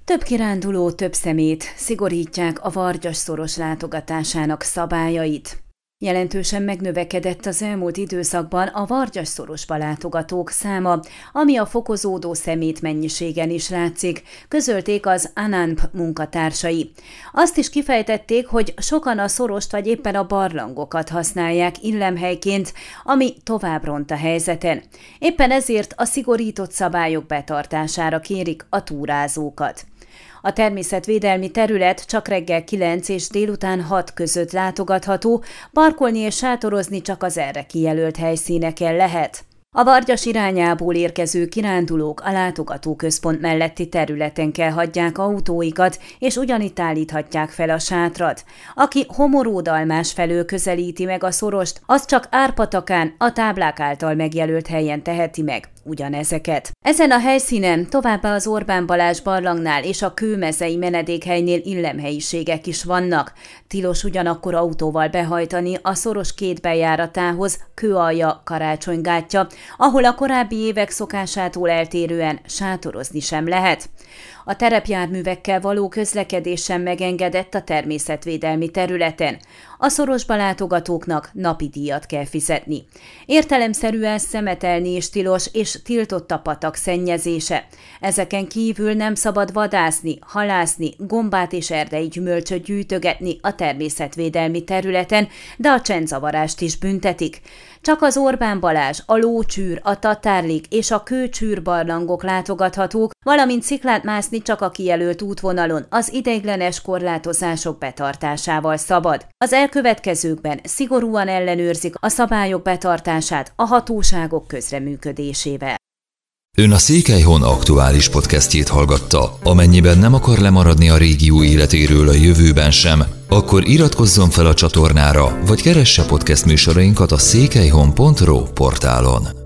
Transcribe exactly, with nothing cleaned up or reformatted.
Több kiránduló, több szemét, szigorítják a Vargyas-szoros látogatásának szabályait. Jelentősen megnövekedett az elmúlt időszakban a Vargyas-szorosba látogatók száma, ami a fokozódó szemét mennyiségen is látszik, közölték az ANANP munkatársai. Azt is kifejtették, hogy sokan a szorost vagy éppen a barlangokat használják illemhelyként, ami tovább ront a helyzeten. Éppen ezért a szigorított szabályok betartására kérik a túrázókat. A természetvédelmi terület csak reggel kilenc és délután hat között látogatható, parkolni és sátorozni csak az erre kijelölt helyszíneken lehet. A Vargyas irányából érkező kirándulók a látogatóközpont melletti területen kell hagyják autóikat, és ugyanitt állíthatják fel a sátrat. Aki Homoródalmás felől közelíti meg a szorost, az csak Árpatakán a táblák által megjelölt helyen teheti meg ugyanezeket. Ezen a helyszínen továbbá az Orbán Balázs barlangnál és a Kőmezei menedékhelynél illemhelyiségek is vannak. Tilos ugyanakkor autóval behajtani a szoros két bejáratához, Kőalja, Karácsonygátja, ahol a korábbi évek szokásától eltérően sátorozni sem lehet. A terepjárművekkel való közlekedés sem megengedett a természetvédelmi területen. A szorosba látogatóknak napi díjat kell fizetni. Értelemszerűen szemetelni is tilos, és tiltott a patak szennyezése. Ezeken kívül nem szabad vadászni, halászni, gombát és erdei gyümölcsöt gyűjtögetni a természetvédelmi területen, de a csendzavarást is büntetik. Csak az Orbán Balázs, a Lócsűr, a Tatárlik és a Kőcsűr barlangok látogathatók, valamint sziklát mászni csak a kijelölt útvonalon az ideiglenes korlátozások betartásával szabad. Az elkövetkezőkben szigorúan ellenőrzik a szabályok betartását a hatóságok közreműködésével. Ön a Székelyhon aktuális podcastjét hallgatta. Amennyiben nem akar lemaradni a régió életéről a jövőben sem, akkor iratkozzon fel a csatornára, vagy keresse podcast műsorainkat a székelyhon pont ro portálon.